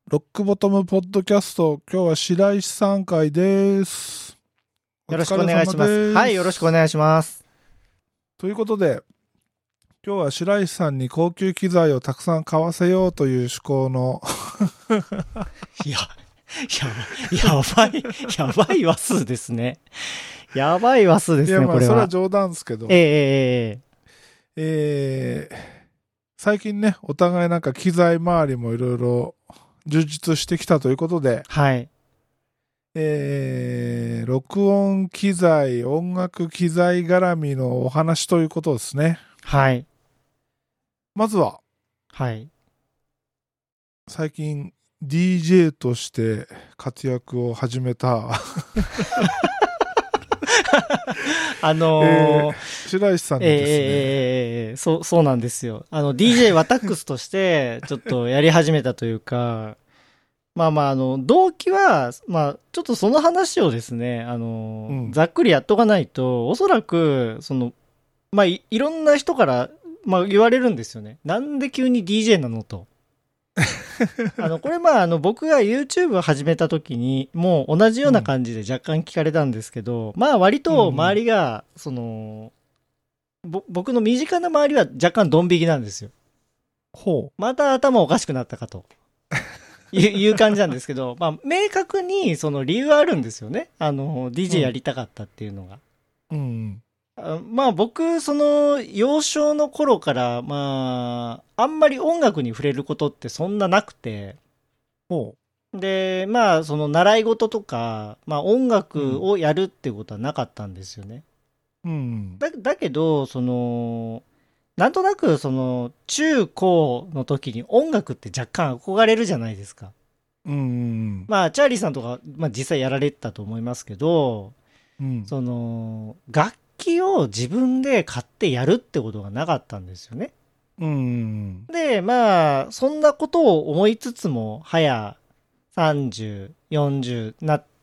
ロックボトムポッドキャスト、今日は白石さん会です。 よろしくお願いします。はい、よろしくお願いします。 ということで、今日は白石さんに高級機材をたくさん買わせようという趣向のやばい話数ですね。やばい話数ですね、 いや、まあ、 これは。 それは冗談ですけど。最近ね、お互いなんか機材周りもいろいろ充実してきたということで、 はい。 録音機材、音楽機材絡みのお話ということですね。 はい。 まずは、 はい。 最近 DJ として活躍を始めた白石さんにですね、そうなんですよ。DJ ワタックスとしてちょっとやり始めたというか、動機は、ちょっとその話をですね、ざっくりやっとかないと、おそらく、いろんな人から、言われるんですよね。なんで急に DJ なのと。これ僕が YouTube を始めた時に、もう同じような感じで若干聞かれたんですけど、割と周りが、僕の身近な周りは若干ドン引きなんですよ。また頭おかしくなったかと。いう感じなんですけど、明確にその理由はあるんですよね。DJ やりたかったっていうのが。僕、幼少の頃から、あんまり音楽に触れることってそんななくて、で、習い事とか、音楽をやるっていうことはなかったんですよね。だけど、なんとなく、中高の時に音楽って若干憧れるじゃないですか。チャーリーさんとか、実際やられてたと思いますけど、楽器を自分で買ってやるってことがなかったんですよね。で、そんなことを思いつつも、早30、40なって、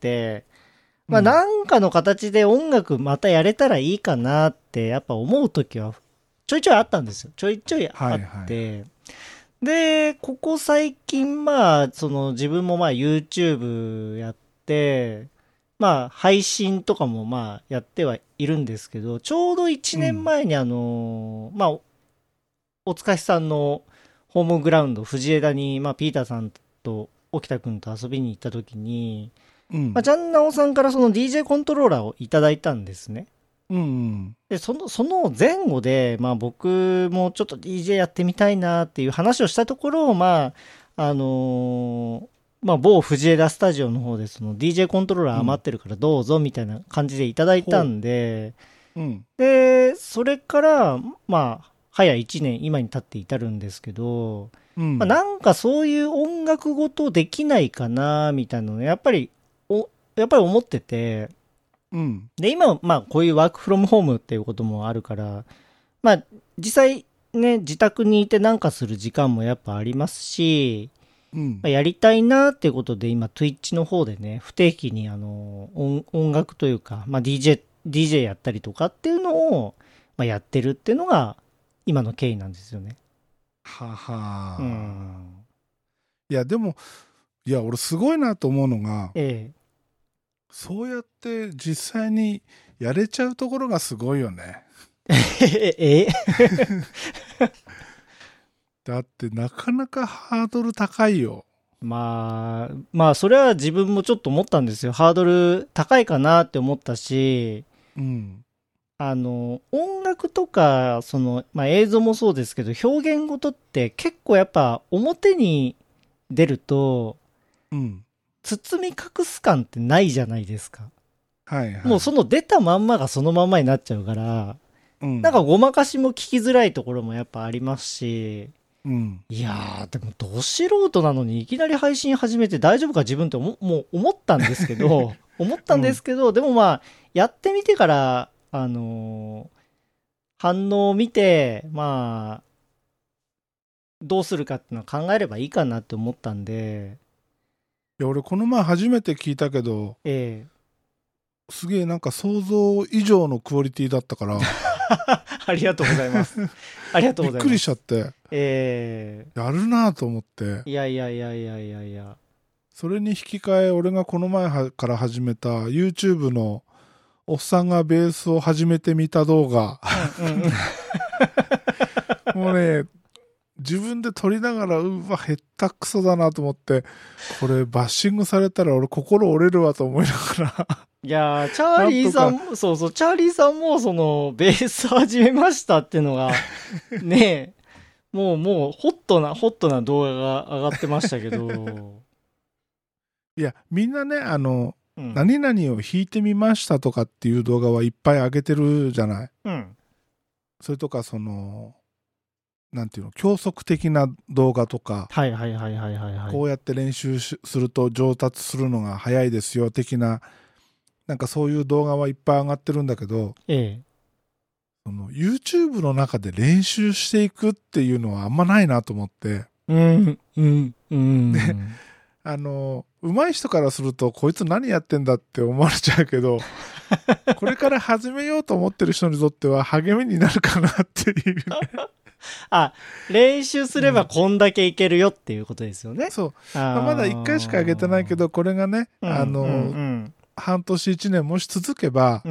なんかの形で音楽またやれたらいいかなって、やっぱ思うときは、ちょいちょいあったんですよ。ちょいちょいあって。で、ここ最近、自分もYouTube やって、配信とかもやってはいるんですけど、ちょうど1年前におつかしさんのホームグラウンド、藤枝に、ピーターさんと沖田くんと遊びに行った時に、ジャンナオさんからその DJ コントローラーをいただいたんですね。で、その前後で、僕もちょっと DJ やってみたいなっていう話をしたところ、某藤枝スタジオの方でその DJ コントローラー余ってるからどうぞみたいな感じでいただいたんで、で、それから、早1年今に経って至るんですけど、なんかそういう音楽ごとできないかなみたいなのやっぱり思ってて、で、今、こういうワークフロムホームっていうこともあるから、実際ね、自宅にいてなんかする時間もやっぱありますし、やりたいなっていうことで今、Twitch の方でね、不定期に音楽というか、DJ やったりとかっていうのを、やってるっていうのが、今の経緯なんですよね。 いや、でも、俺すごいなと思うのが、そうやって実際にやれちゃうところがすごいよね。だってなかなかハードル高いよ。 それは自分もちょっと思ったんですよ。ハードル高いかなって思ったし、音楽とか、映像もそうですけど、表現事って結構やっぱ表に出ると、包み隠す感ってないじゃないですか。もうその出たまんまがそのまんまになっちゃうから、なんかごまかしも聞きづらいところもやっぱありますし、いやー、でもど素人なのにいきなり配信始めて大丈夫か自分ってもう思ったんですけど、でもやってみてから、反応を見て、どうするかっていうのは考えればいいかなって思ったんで。 いや、俺この前初めて聞いたけど、すげえなんか想像以上のクオリティだったからありがとうございます。ありがとうございます。 びっくりしちゃって。 やるなと思って。 いやいやいやいやいやいや。 それに引き換え、俺がこの前から始めた YouTube のおっさんがベースを始めてみた動画。もうね、自分で撮りながら、うわ、へったくそだなと思って、これバッシングされたら俺心折れるわと思いながら。 いやー、チャーリーさんも、そうそう、チャーリーさんも、その、ベース始めましたっていうのが、ねえ、もう、ホットな動画が上がってましたけど。 いや、みんなね、何々を弾いてみましたとかっていう動画はいっぱい上げてるじゃない。 うん。 それとか、なんていうの、教則的な動画とか、 はいはいはいはいはい、はい。 こうやって練習すると上達するのが早いですよ、的な、なんかそういう動画はいっぱい上がってるんだけど、YouTube の中で練習していくっていうのはあんまないなと思って。で、上手い人からするとこいつ何やってんだって思われちゃうけどこれから始めようと思ってる人にとっては励みになるかなっていうねあ、練習すればこんだけいけるよっていうことですよね。 そう。まだ1回しか上げてないけど、これがね、半年1年もし続けば、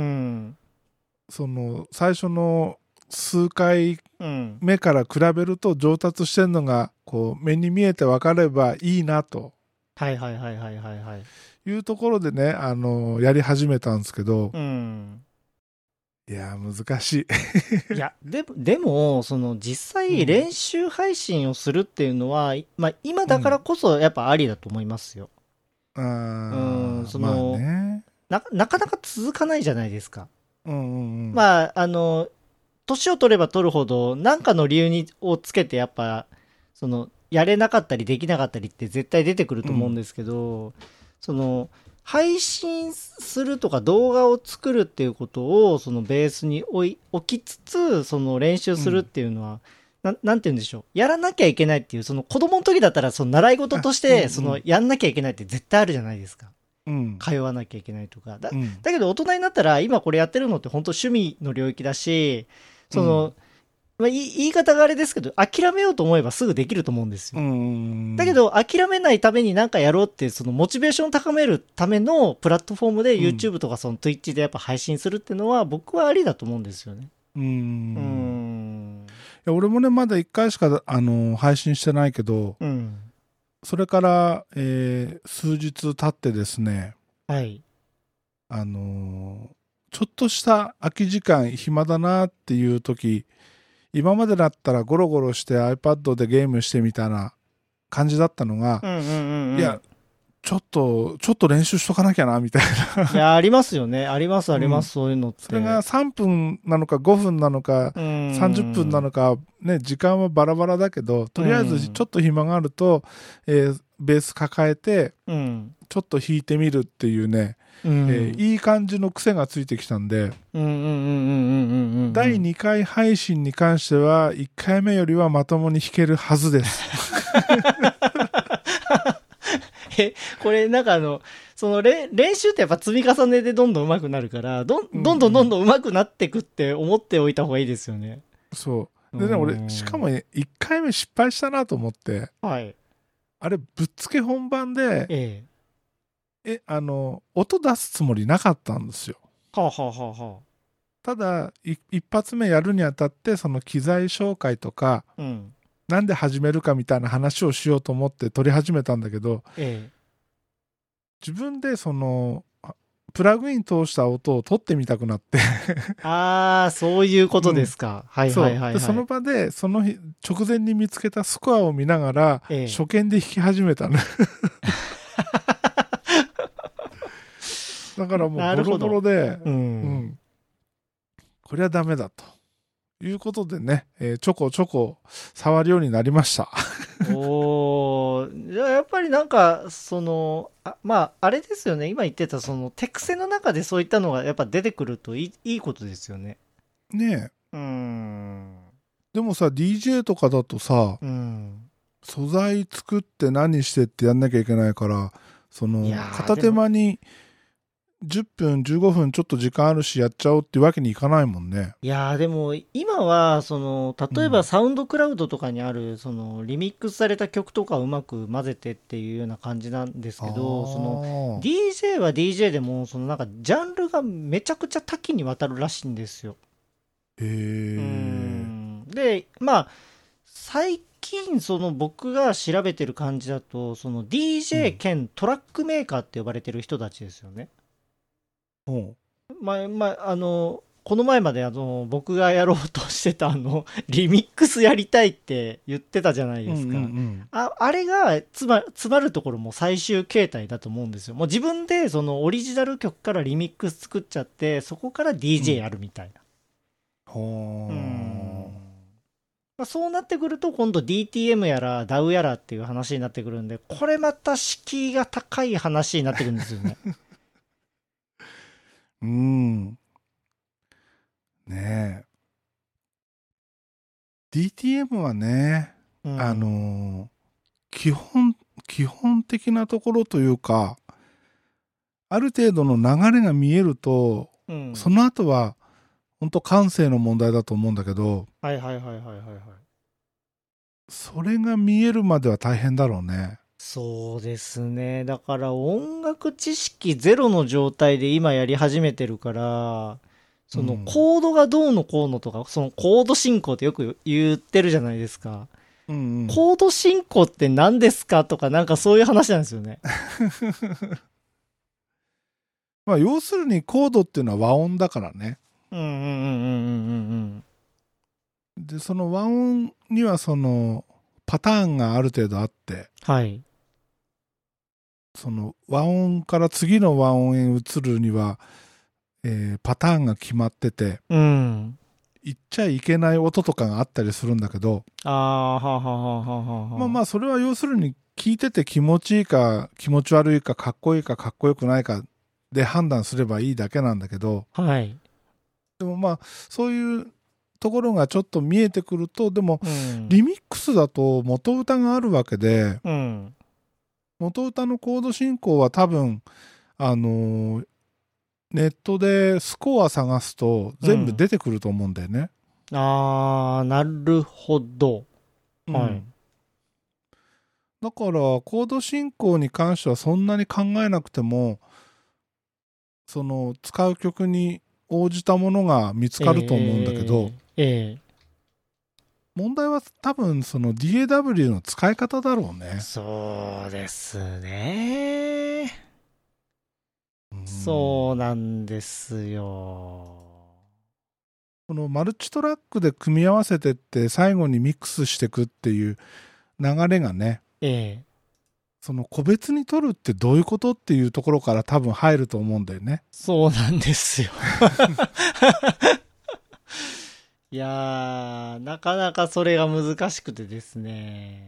最初の数回目から比べると上達してるのがこう目に見えて分かればいいなと。 はいはいはいはいはいはい。 いうところでね、やり始めたんですけど、いや難しい。 いやでもその実際練習配信をするっていうのは、まあ今だからこそやっぱありだと思いますよ。 まあね。 なかなか続かないじゃないですか。まあ年を取れば取るほど何かの理由をつけてやっぱやれなかったりできなかったりって絶対出てくると思うんですけど、配信するとか動画を作るっていうことをベースに置きつつ練習するっていうのは、なんて言うんでしょう、やらなきゃいけないっていう子供の時だったら習い事としてやんなきゃいけないって絶対あるじゃないですか。通わなきゃいけないとかだけど大人になったら今これやってるのって本当趣味の領域だし、言い方があれですけど諦めようと思えばすぐできると思うんですよ。だけど諦めないために何かやろうっていうモチベーションを高めるためのプラットフォームで YouTube とかTwitch でやっぱ配信するっていうのは僕はありだと思うんですよね。 いや俺もねまだ1回しか配信してないけど、それから、数日経ってですね、 はい、 ちょっとした空き時間暇だなっていう時、今までだったらゴロゴロして iPad でゲームしてみたいな感じだったのが、いやちょっと練習しとかなきゃなみたいな。 いやありますよね、あります、そういうのって。 それが3分なのか5分なのか30分なのかね、時間はバラバラだけど、とりあえずちょっと暇があると、ベース抱えてちょっと弾いてみるっていうね、いい感じの癖がついてきたんで、第2回配信に関しては1回目よりはまともに弾けるはずですこれなんか練習ってやっぱ積み重ねでどんどん上手くなるからどんどん上手くなっていくって思っておいた方がいいですよね。 そうでね、俺しかも1回目失敗したなと思って、 はい、 あれぶっつけ本番で、音出すつもりなかったんですよ。ただ一発目やるにあたって機材紹介とか、なんで始めるかみたいな話をしようと思って撮り始めたんだけど、自分でプラグイン通した音を撮ってみたくなってああそういうことですか。はいはいはい、はい、 その場でその日直前に見つけたスコアを見ながら、初見で弾き始めたのだからもうボロボロで、これはダメだということでね、ちょこちょこ触るようになりましたおー、じゃあやっぱりなんかまああれですよね、今言ってた手癖の中でそういったのがやっぱ出てくるといいことですよね。 ねえ。でもさ DJ とかだとさ、素材作って何してってやんなきゃいけないから片手間に 10分、15分ちょっと時間あるしやっちゃおうっていうわけにいかないもんね。 いやーでも今は例えばサウンドクラウドとかにあるリミックスされた曲とかをうまく混ぜてっていうような感じなんですけど、DJ は DJ でもなんかジャンルがめちゃくちゃ多岐にわたるらしいんですよ。 へー。でまあ最近僕が調べてる感じだとDJ 兼トラックメーカーって呼ばれてる人たちですよね。この前まで僕がやろうとしてたリミックスやりたいって言ってたじゃないですか。あれが詰まるところも最終形態だと思うんですよ。もう自分でオリジナル曲からリミックス作っちゃって、そこから DJ やるみたいな。そうなってくると今度 DTM やら DAW やらっていう話になってくるんで、これまた敷居が高い話になってくるんですよね。 ねえ。DTM はね、基本的なところというか、ある程度の流れが見えると、その後は本当感性の問題だと思うんだけど、それが見えるまでは大変だろうね。 そうですね。だから音楽知識ゼロの状態で今やり始めてるから、コードがどうのこうのとか、コード進行ってよく言ってるじゃないですか。コード進行って何ですかとか、なんかそういう話なんですよね。 まあ要するにコードっていうのは和音だからね。で、その和音にはパターンがある程度あって、 はい。 和音から次の和音へ移るには、パターンが決まってて、言っちゃいけない音とかがあったりするんだけど、まあまあそれは要するに聞いてて気持ちいいか気持ち悪いかかっこいいかかっこよくないかで判断すればいいだけなんだけど、でもまあそういうところがちょっと見えてくると、でも、リミックスだと元歌があるわけで、元歌のコード進行は多分ネットでスコア探すと全部出てくると思うんだよね。 なるほど。はい。 だからコード進行に関してはそんなに考えなくても、使う曲に応じたものが見つかると思うんだけど、問題は多分DAW の使い方だろうね。 そうですね。そうなんですよ。 このマルチトラックで組み合わせてって最後にミックスしていくっていう流れがね、個別に取るってどういうことっていうところから多分入ると思うんだよね。 そうなんですよ。いやー、なかなかそれが難しくてですね。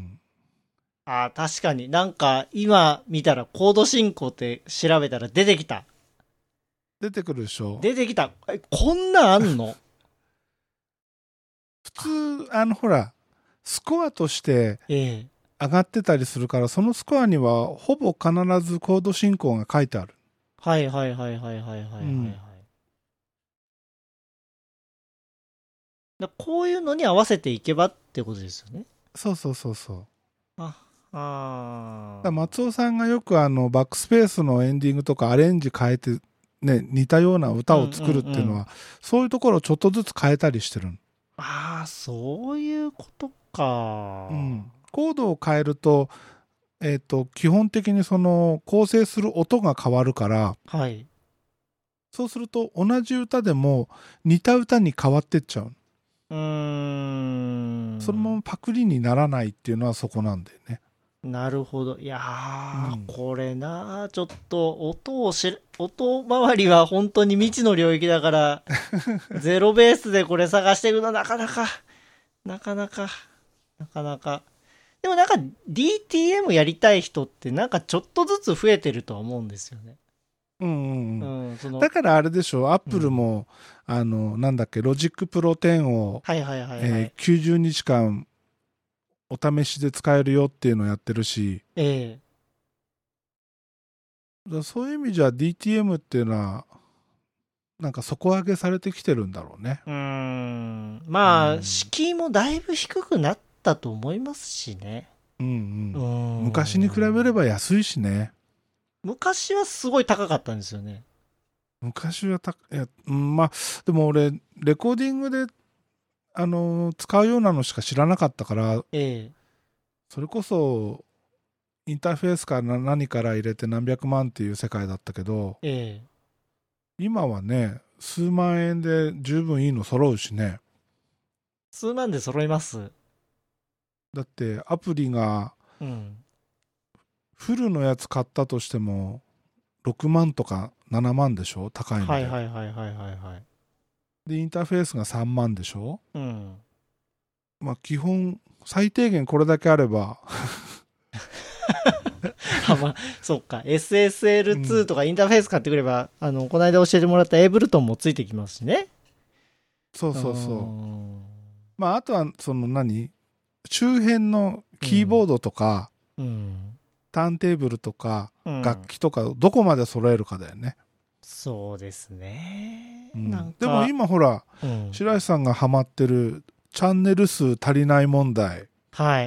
確かになんか今見たらコード進行って調べたら出てきた。 出てくるでしょ。 出てきた。こんなんあんの？ 普通、ほら、スコアとして上がってたりするから、そのスコアにはほぼ必ずコード進行が書いてある。 こういうのに合わせていけばってことですよね。 そう。松尾さんがよくバックスペースのエンディングとかアレンジ変えて、ね、似たような歌を作るっていうのは、そういうところをちょっとずつ変えたりしてる。 そういうことか。 コードを変えると、基本的に構成する音が変わるから、そうすると同じ歌でも似た歌に変わってっちゃう。そのままパクリにならないっていうのはそこなんだよね。 なるほど。いやー、これな、ちょっと音周りは本当に未知の領域だから、ゼロベースでこれ探していくのなかなか。でもなんか DTM やりたい人ってなんかちょっとずつ増えてるとは思うんですよね。だからあれでしょ、アップルも、なんだっけ、ロジックプロ10を90日間お試しで使えるよっていうのをやってるし、 そういう意味じゃ DTM っていうのはなんか底上げされてきてるんだろうね。 まあ、敷居もだいぶ低くなったと思いますしね。 昔に比べれば安いしね。 昔はすごい高かったんですよね。 昔はまあでも俺レコーディングで使うようなのしか知らなかったから、それこそインターフェースから何から入れて何百万っていう世界だったけど、今はね数万円で十分いいの揃うしね。 数万で揃います。 だってアプリが、フルのやつ買ったとしても6万とか7万でしょ、高いので。 はいはいはいはいはい。 でインターフェースが3万でしょ。まあ基本最低限これだけあればまあ、そっか。SSL2 とかインターフェース買ってくれば、この間教えてもらったエイブルトンもついてきますしね。 そうそうそう。まああとはその周辺のキーボードとか、ターンテーブルとか、楽器とかどこまで揃えるかだよね。 そうですね。 でも今ほら、白石さんがハマってるチャンネル数足りない問題。 はい。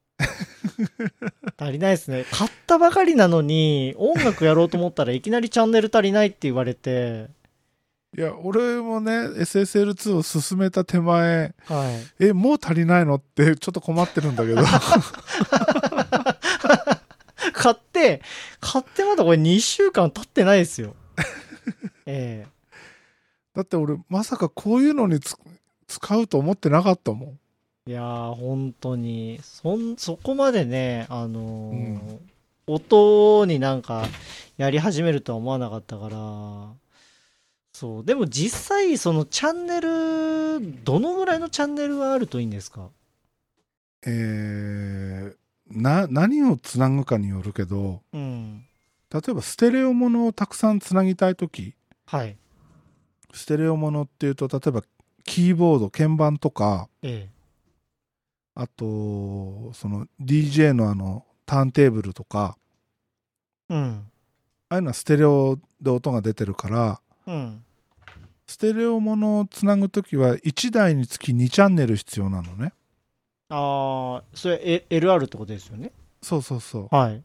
足りないですね。買ったばかりなのに音楽やろうと思ったらいきなりチャンネル足りないって言われて。 いや俺もね SSL2 を進めた手前、もう足りないのってちょっと困ってるんだけど買ってまだこれ2週間経ってないですよ。 だって俺まさかこういうのに使うと思ってなかったもん。 いやー本当にそこまでね音になんかやり始めるとは思わなかったから。そうでも実際そのチャンネルどのぐらいのチャンネルがあるといいんですか？ 何をつなぐかによるけど、例えばステレオものをたくさんつなぎたいとき、ステレオものっていうと例えばキーボード鍵盤とか、あとその DJ のターンテーブルとか、ああいうのはステレオで音が出てるから、ステレオものをつなぐときは1台につき2チャンネル必要なのね。 ああ、それ LR ってことですよね。 そうそうそう。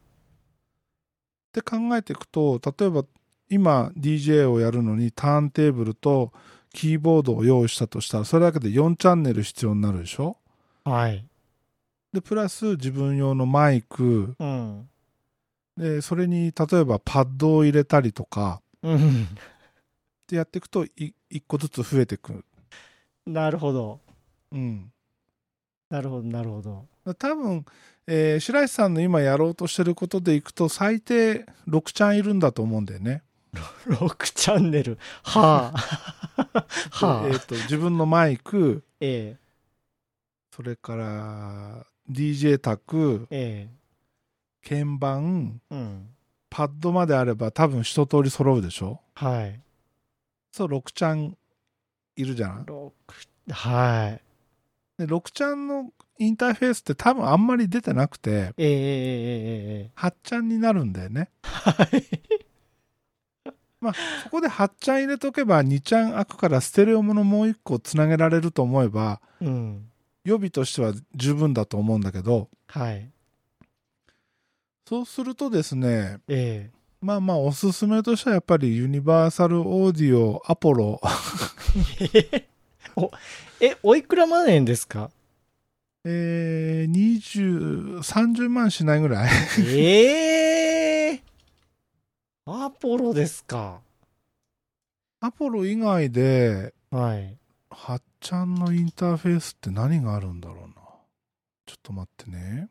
って考えていくと、例えば今 DJ をやるのにターンテーブルとキーボードを用意したとしたらそれだけで4チャンネル必要になるでしょ。でプラス自分用のマイク、でそれに例えばパッドを入れたりとか、ってやっていくと1個ずつ増えていく。 なるほど。なるほどなるほど。 多分、白石さんの今やろうとしてることでいくと最低6チャンいるんだと思うんだよね。 6チャンネル。はあ。 自分のマイク、それから DJ 卓、鍵盤、パッドまであれば多分一通り揃うでしょ。そう6チャンいるじゃん。で6チャンのインターフェースって多分あんまり出てなくて、8チャンになるんだよね。まあそこで8チャン入れとけば2チャン開くからステレオものもう1個つなげられると思えば、予備としては十分だと思うんだけど、そうするとですね、まあまあおすすめとしてはやっぱりユニバーサルオーディオアポロおいくら万円ですか ？30万しないぐらいアポロですか。 アポロ以外で、 8 チャンのインターフェースって何があるんだろうな。ちょっと待ってね。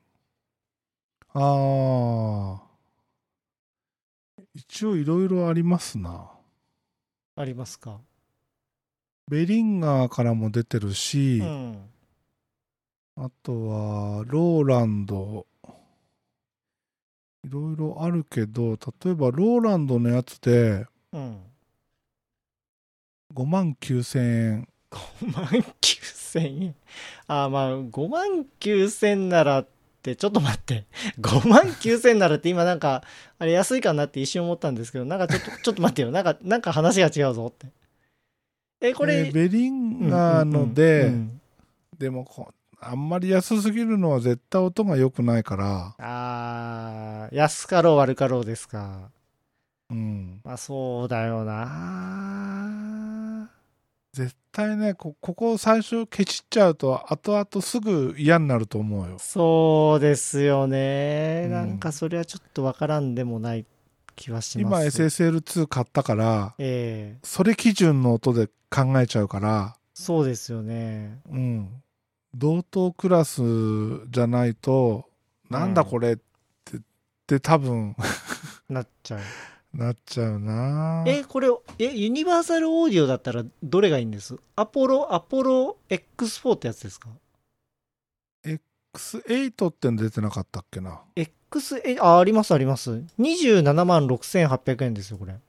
一応いろいろありますな。 ありますか。 ベリンガーからも出てるし、あとはローランド、いろいろあるけど、例えばローランドのやつで、59,000円。 59,000円。まあ5万9千なら 、ちょっと待って、5万9000ならって今なんか、あれ安いかなって一瞬思ったんですけど、なんかちょっと待ってよ。なんか話が違うぞって。これ、 ベリンガーので、でもあんまり安すぎるのは絶対音が良くないから。 安かろう悪かろうですか。 うん。 まあそうだよな。 絶対ね、ここ最初ケチっちゃうと、後々すぐ嫌になると思うよ。 そうですよね。なんかそれはちょっとわからんでもない気はします。 今 SSL2 買ったから、それ基準の音で考えちゃうから。 そうですよね。 うん。同等クラスじゃないと、なんだこれって多分なっちゃう。 なっちゃうな。 これ、ユニバーサルオーディオだったらどれがいいんです？アポロ X4 ってやつですか？ X8 っての出てなかったっけな。 X8、ありますあります。27万6800円ですよ、これ。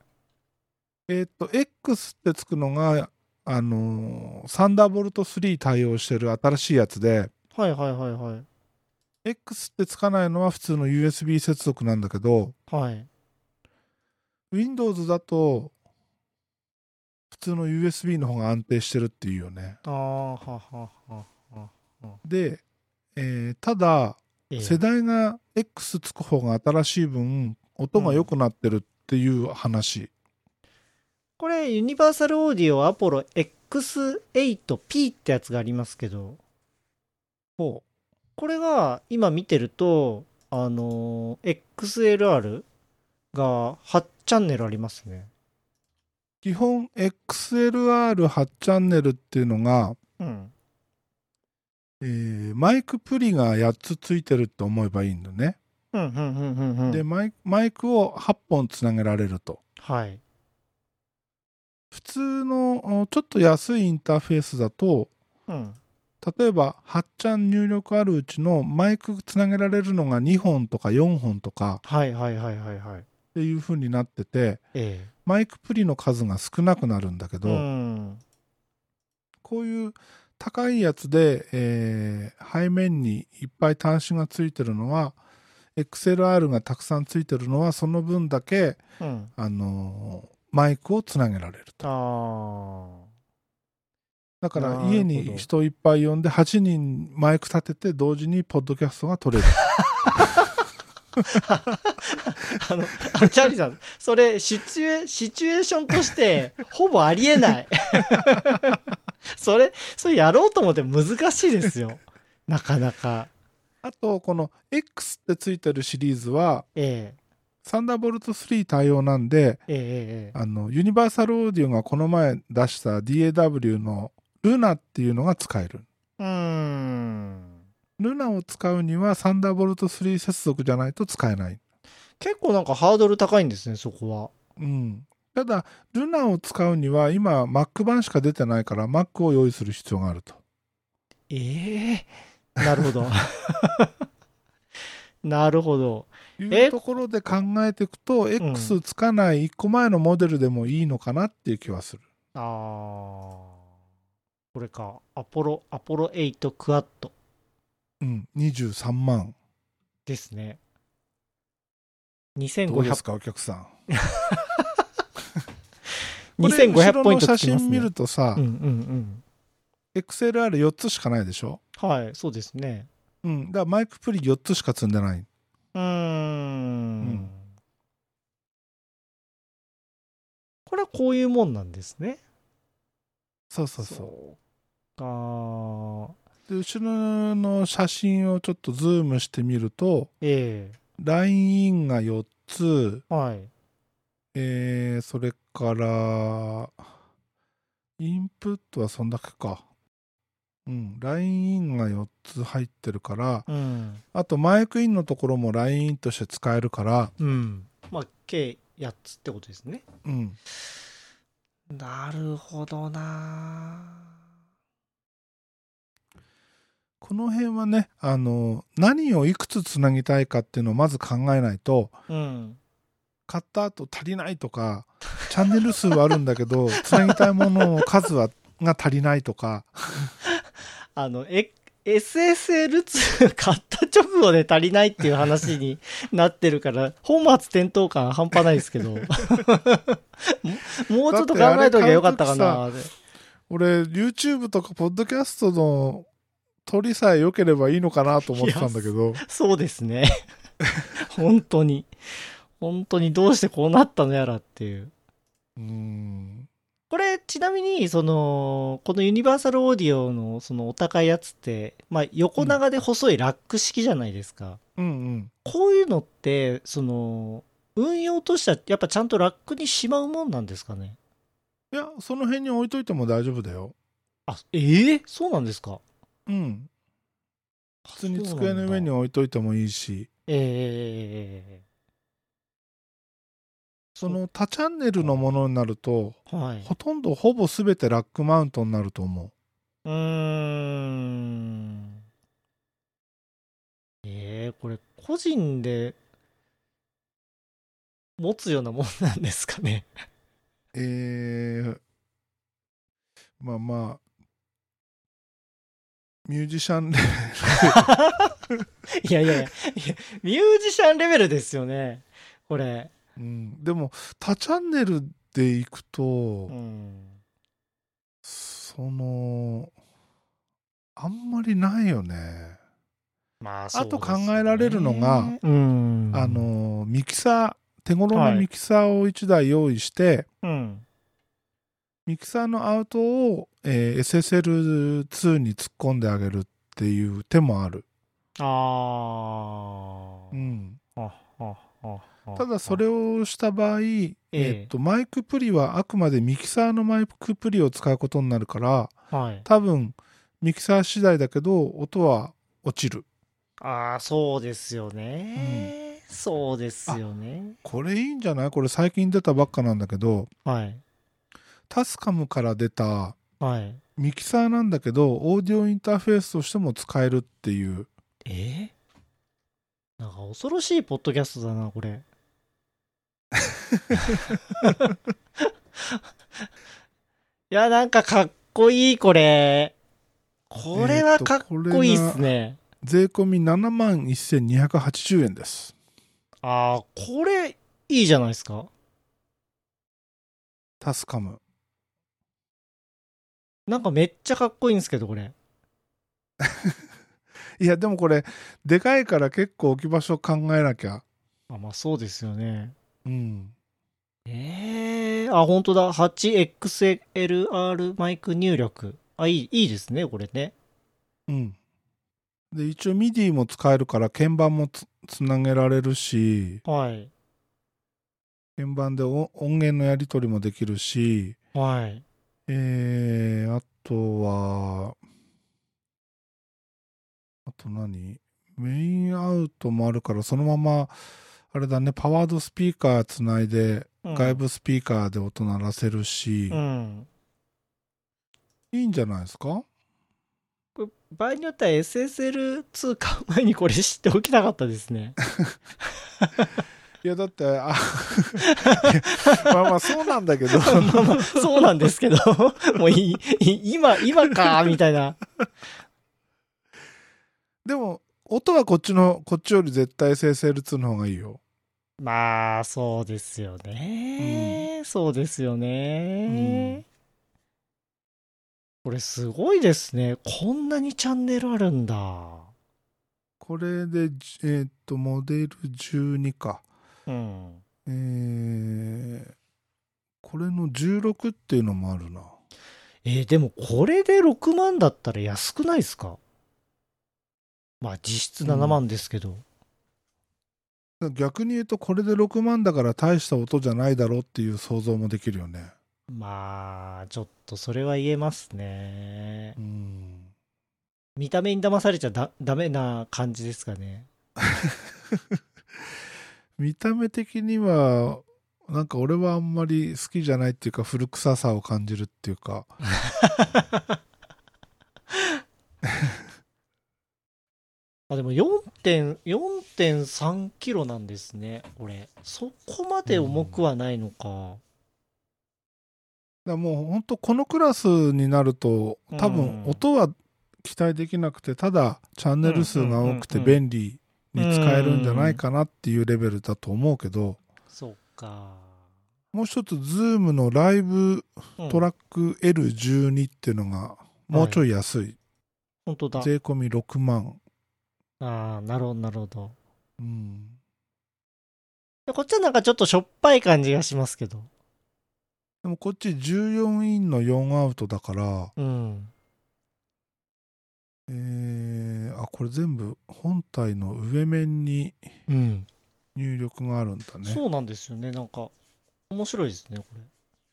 X ってつくのが、サンダーボルト3対応してる新しいやつで、 はいはいはいはい。 X ってつかないのは普通の USB 接続なんだけど、 はい。 Windows だと、普通の USB の方が安定してるっていうよね。で、ただ、世代が X つく方が新しい分、音が良くなってるっていう話。 これ、ユニバーサルオーディオアポロ X8P ってやつがありますけど、これが今見てると、XLR が8チャンネルありますね。 基本 XLR8 チャンネルっていうのが、マイクプリが8つついてるって思えばいいんだね。で、マイクを8本つなげられると。 はい。 普通のちょっと安いインターフェースだと、例えば8チャン入力あるうちのマイクつなげられるのが2本とか4本とかっていう風になってて、マイクプリの数が少なくなるんだけど、こういう高いやつで、背面にいっぱい端子がついてるのは XLR がたくさんついてるのはその分だけ、マイクをつなげられると。だから家に人いっぱい呼んで8人マイク立てて同時にポッドキャストが撮れる。 チャーリーさん、それシチュエーションとしてほぼありえない。それやろうと思って難しいですよ。なかなか。 あとこの X ってついてるシリーズは、サンダーボルト3対応なんで、ユニバーサルオーディオがこの前出した DAW のルナっていうのが使える。ルナを使うにはサンダーボルト3接続じゃないと使えない。 結構なんかハードル高いんですね、そこは。 ただルナを使うには今 Mac 版しか出てないから Mac を用意する必要があると。 なるほど。なるほど。 いうところで考えていくと、X つかない1個前のモデルでもいいのかなっていう気はする。 これか。アポロ8クワッド。 23万。 ですね。 2500。どうですか、お客さん。 2500ポイントつきますね。 写真見るとさ、XLR4 つしかないでしょ？ はい、そうですね。 だからマイクプリ4つしか積んでない。これはこういうもんなんですね。 そう。で、後ろの写真をちょっとズームしてみると、ラインインが4つ、それから、インプットはそんだけか。ラインインが4つ入ってるから、あとマイクインのところもラインインとして使えるから、 まあ、計8つってことですね。なるほどな。 この辺はね、何をいくつつなぎたいかっていうのをまず考えないと、買った後足りないとか、チャンネル数はあるんだけど、つなぎたいものの数が足りないとか。 SSL2 買った直後で足りないっていう話になってるから、本末転倒感半端ないですけど。もうちょっと考えときゃよかったかな。 俺、YouTube とかポッドキャストの取りさえ良ければいいのかなと思ってたんだけど。 そうですね。本当にどうしてこうなったのやらっていう。これ、ちなみに、このユニバーサルオーディオのそのお高いやつって、まあ、横長で細いラック式じゃないですか。こういうのって、運用としては、やっぱちゃんとラックにしまうもんなんですかね。 いや、その辺に置いといても大丈夫だよ。 あ、そうなんですか。 うん。普通に机の上に置いといてもいいし。その多チャンネルのものになると、 はい、 ほぼ全てラックマウントになると思う。 これ個人で持つようなもんなんですかね。 まあまあ、ミュージシャンレベル。いや、ミュージシャンレベルですよね、これ。 でも、多チャンネルでいくと、あんまりないよね。 まあ、 あと考えられるのが、ミキサー、手頃なミキサーを1台用意して、ミキサーのアウトを、SSL2 に突っ込んであげるっていう手もある。ただそれをした場合、マイクプリはあくまでミキサーのマイクプリを使うことになるから、多分ミキサー次第だけど音は落ちる。 そうですよね。そうですよね。 これいいんじゃない？これ最近出たばっかなんだけど、タスカムから出たミキサーなんだけど、オーディオインターフェースとしても使えるっていう。 なんか恐ろしいポッドキャストだな、これ。いや、なんかかっこいい、これ。これはかっこいいっすね。 税込み71,280円です。 これいいじゃないですか。 タスカム。 なんかめっちゃかっこいいんですけど、これ。 いや、でもこれ、でかいから結構置き場所考えなきゃ。 まあそうですよね。 本当だ。8XLR マイク入力。いいですね、これね。 で、一応 MIDI も使えるから鍵盤もつなげられるし、鍵盤で音源のやり取りもできるし、あと何？メインアウトもあるから、そのまま、あれだね、パワードスピーカーつないで、外部スピーカーで音鳴らせるし、いいんじゃないですか？ 場合によっては SSL2 買う前にこれ知っておきたかったですね。 いやだってまあそうなんだけどそうなんですけどもう今かみたいな。 でも音はこっちより絶対 SSL2 の方がいいよ。 まあそうですよね、そうですよね、これすごいですね。こんなにチャンネルあるんだ。 これでモデル12か。これの16っていうのもあるな。 でもこれで6万だったら安くないですか？まあ実質7万ですけど。 逆に言うとこれで6万だから大した音じゃないだろうっていう想像もできるよね。 まあちょっとそれは言えますね。見た目に騙されちゃダメな感じですかね。 見た目的にはなんか俺はあんまり好きじゃないっていうか、古臭さを感じるっていうかでも 4.3 キロなんですね、これ。そこまで重くはないのか。 だもう本当このクラスになると多分音は期待できなくて、ただチャンネル数が多くて便利に使えるんじゃないかなっていうレベルだと思うけど、 そうか。 もう一つ、ズームのライブトラック L12 っていうのがもうちょい安い。 本当だ。 税込み6万。 ああ、なるほど、なるほど。 うん。 こっちはなんかちょっとしょっぱい感じがしますけど。 でもこっち14インの4アウトだから、 うん。 これ全部本体の上面に入力があるんだね。 そうなんですよね。なんか、面白いですね、これ。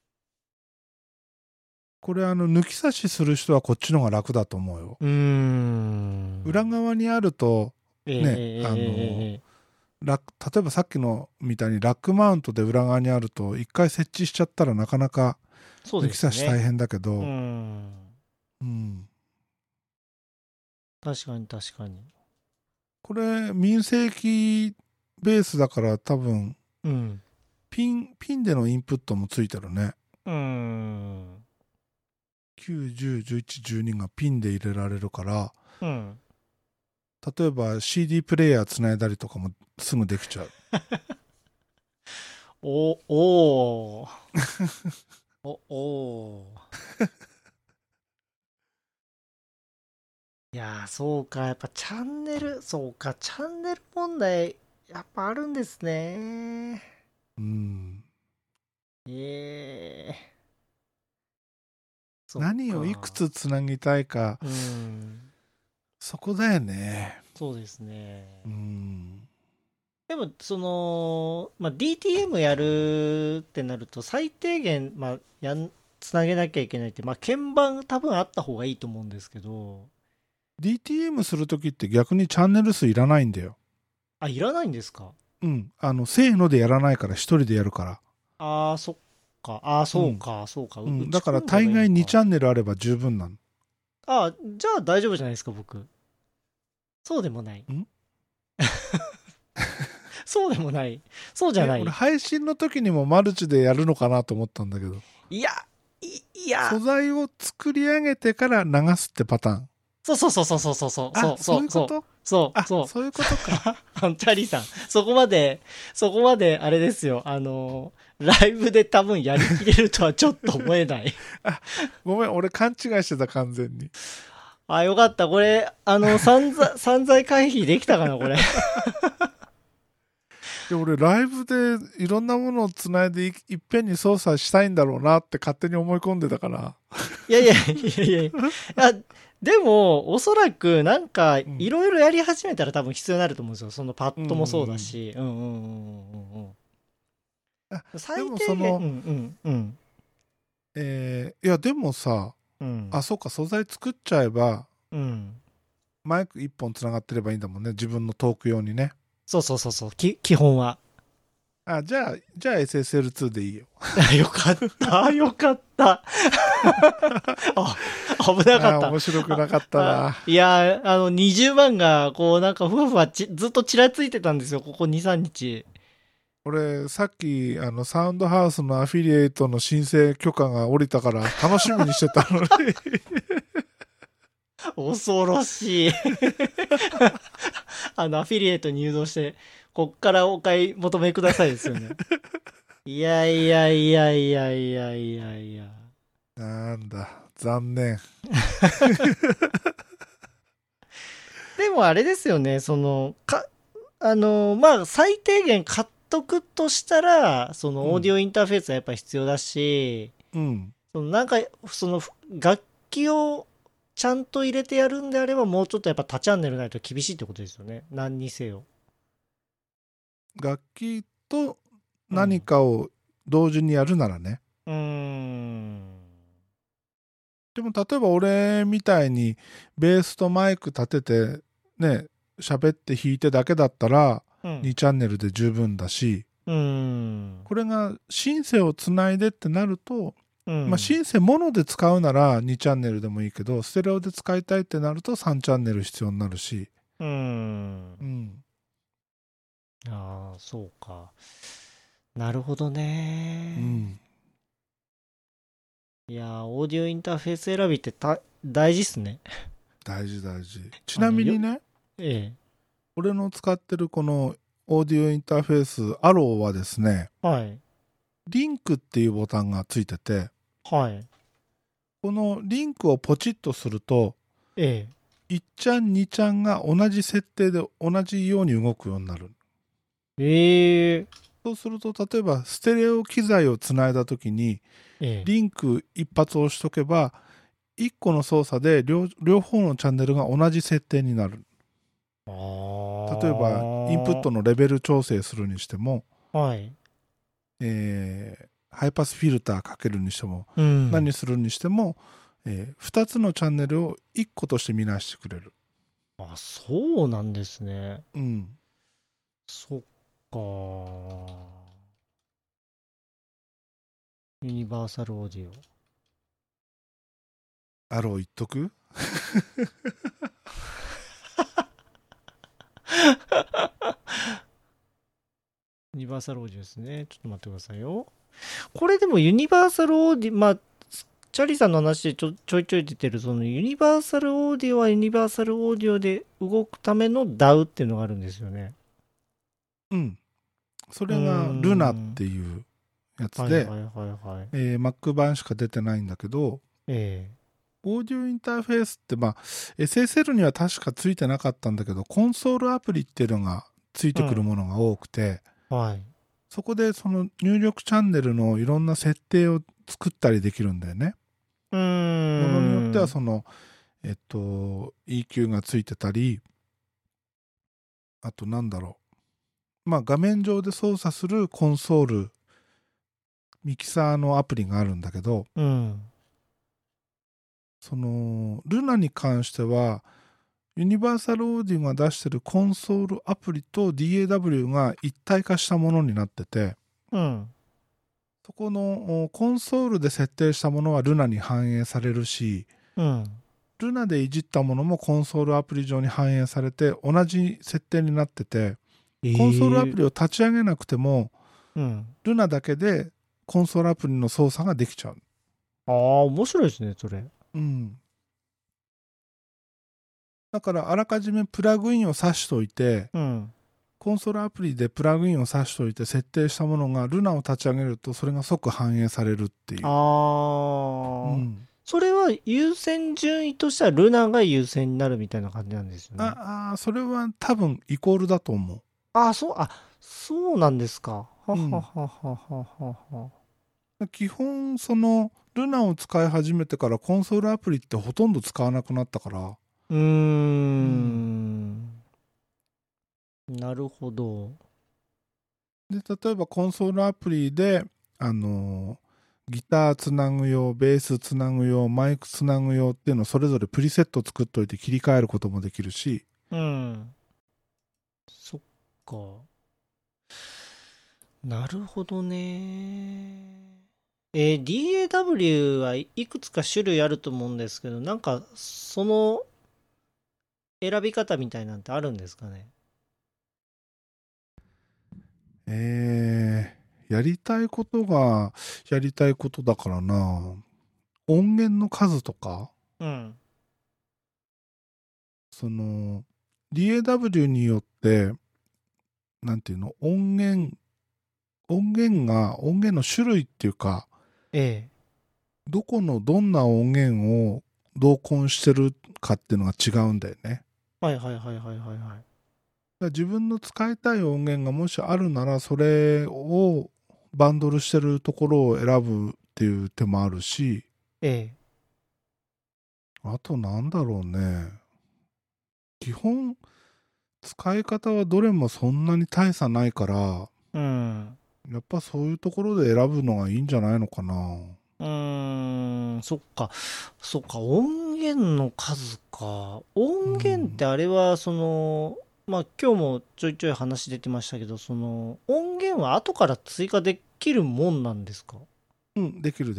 これ抜き差しする人はこっちの方が楽だと思うよ。裏側にあると、ね、例えばさっきのみたいにラックマウントで裏側にあると一回設置しちゃったらなかなか抜き差し大変だけど、 確かに確かに。 これ民生機ベースだから多分、ピンでのインプットもついてるね。9、10、11、12がピンで入れられるから、例えば CD プレイヤーつないだりとかもすぐできちゃう。 おーいやー、そうか。やっぱチャンネル、そうか。チャンネル問題、やっぱあるんですね。 何をいくつつなぎたいか、そこだよね。 そうですね。でも、DTM やるってなると、最低限、つなげなきゃいけないって、鍵盤多分あった方がいいと思うんですけど。 DTM するときって逆にチャンネル数いらないんだよ。 あ、いらないんですか？ せーのでやらないから一人でやるから。 ああ、そっか。ああ、そうか、そうか。 だから大概2チャンネルあれば十分なの。 ああ、じゃあ大丈夫じゃないですか、僕。そうでもない。そうでもない。そうじゃない。 俺配信の時にもマルチでやるのかなと思ったんだけど。 いや。 素材を作り上げてから流すってパターン。 そう。そういうことそういうことか。 チャリーさん、そこまで、あれですよ。ライブで多分やりきれるとはちょっと思えない。 ごめん、俺勘違いしてた、完全に。 あ、よかった。これ、散財回避できたかな、これ。 俺、ライブでいろんなものをつないでいっぺんに操作したいんだろうなって勝手に思い込んでたから。 いや。でも、おそらく、なんか、いろいろやり始めたら多分必要になると思うんですよ。そのパッドもそうだし。 最低限。いや、でもさ、そうか、素材作っちゃえば、マイク1本つながってればいいんだもんね。自分のトーク用にね。 そう。基本は。 じゃあ SSL2 でいいよ。 よかった。危なかった。 面白くなかったな。 いや、20万が、こう、なんか、ふわふわずっとちらついてたんですよ、ここ2、3日。 俺、さっき、サウンドハウスのアフィリエイトの申請許可が下りたから、楽しみにしてたのに。 恐ろしい。アフィリエイトに誘導して、こっからお買い求めくださいですよね。いや。 なんだ、残念。 でもあれですよね、最低限買っとくとしたら、そのオーディオインターフェースはやっぱ必要だし、楽器をちゃんと入れてやるんであれば、もうちょっとやっぱ多チャンネルないと厳しいってことですよね。何にせよ。 楽器と何かを同時にやるならね。でも例えば俺みたいにベースとマイク立ててね、喋って弾いてだけだったら2チャンネルで十分だし、これがシンセをつないでってなると、シンセモノで使うなら2チャンネルでもいいけど、ステレオで使いたいってなると3チャンネル必要になるし。 ああ、そうか。なるほどね。いやー、オーディオインターフェース選びって大事っすね。 大事大事。ちなみにね、俺の使ってるこのオーディオインターフェースアローはですね、 はい、 リンクっていうボタンがついてて、 はい、 このリンクをポチッとすると、1ちゃん2ちゃんが同じ設定で同じように動くようになる。そうすると例えばステレオ機材をつないだときに、リンク一発押しとけば1個の操作で両方のチャンネルが同じ設定になる。例えばインプットのレベル調整するにしても、 はい、 ハイパスフィルターかけるにしても、何するにしても、2つのチャンネルを1個として見なしてくれる。 あ、そうなんですね。 うん。 そっか。ユニバーサルオーディオ。 アロー言っとくユニバーサルオーディオですね。ちょっと待ってくださいよ。これでもユニバーサルオーディオ、まあ、チャーリーさんの話でちょいちょい出てる、そのユニバーサルオーディオはユニバーサルオーディオで動くための DAW っていうのがあるんですよね。 うん。それがルナっていうやつで、Mac 版しか出てないんだけど、オーディオインターフェースって、まあ、SSL には確かついてなかったんだけど、コンソールアプリっていうのがついてくるものが多くて、そこでその入力チャンネルのいろんな設定を作ったりできるんだよね。ものによってはその、EQ がついてたり、あとなんだろう。まあ画面上で操作するコンソール、ミキサーのアプリがあるんだけど、そのルナに関しては、ユニバーサルオーディオが出してるコンソールアプリと DAW が一体化したものになってて、そこのコンソールで設定したものはルナに反映されるし、ルナでいじったものもコンソールアプリ上に反映されて同じ設定になってて、コンソールアプリを立ち上げなくても、ルナだけでコンソールアプリの操作ができちゃう。 ああ、面白いですね、それ。 だからあらかじめプラグインを挿しといて、コンソールアプリでプラグインを挿しといて設定したものがルナを立ち上げるとそれが即反映されるっていう。 それは優先順位としてはルナが優先になるみたいな感じなんですよね。 それは多分イコールだと思う。 そうなんですか。 基本そのルナを使い始めてからコンソールアプリってほとんど使わなくなったから。 なるほど。 で、例えばコンソールアプリでギターつなぐ用、ベースつなぐ用、マイクつなぐ用っていうのをそれぞれプリセット作っといて切り替えることもできるし。 そっか。なるほどね。DAW はいくつか種類あると思うんですけど、なんかその選び方みたいなんてあるんですかね。 やりたいことがやりたいことだからな。音源の数とか、その DAW によってなんていうの、音源の種類っていうか、どこのどんな音源を同梱してるかっていうのが違うんだよね。自分の使いたい音源がもしあるならそれをバンドルしてるところを選ぶっていう手もあるし、あとなんだろうね、基本使い方はどれもそんなに大差ないから、やっぱそういうところで選ぶのがいいんじゃないのかな。 そっか、音源の数か。音源ってあれは、今日もちょいちょい話出てましたけど、音源は後から追加できるもんなんですか？ できる。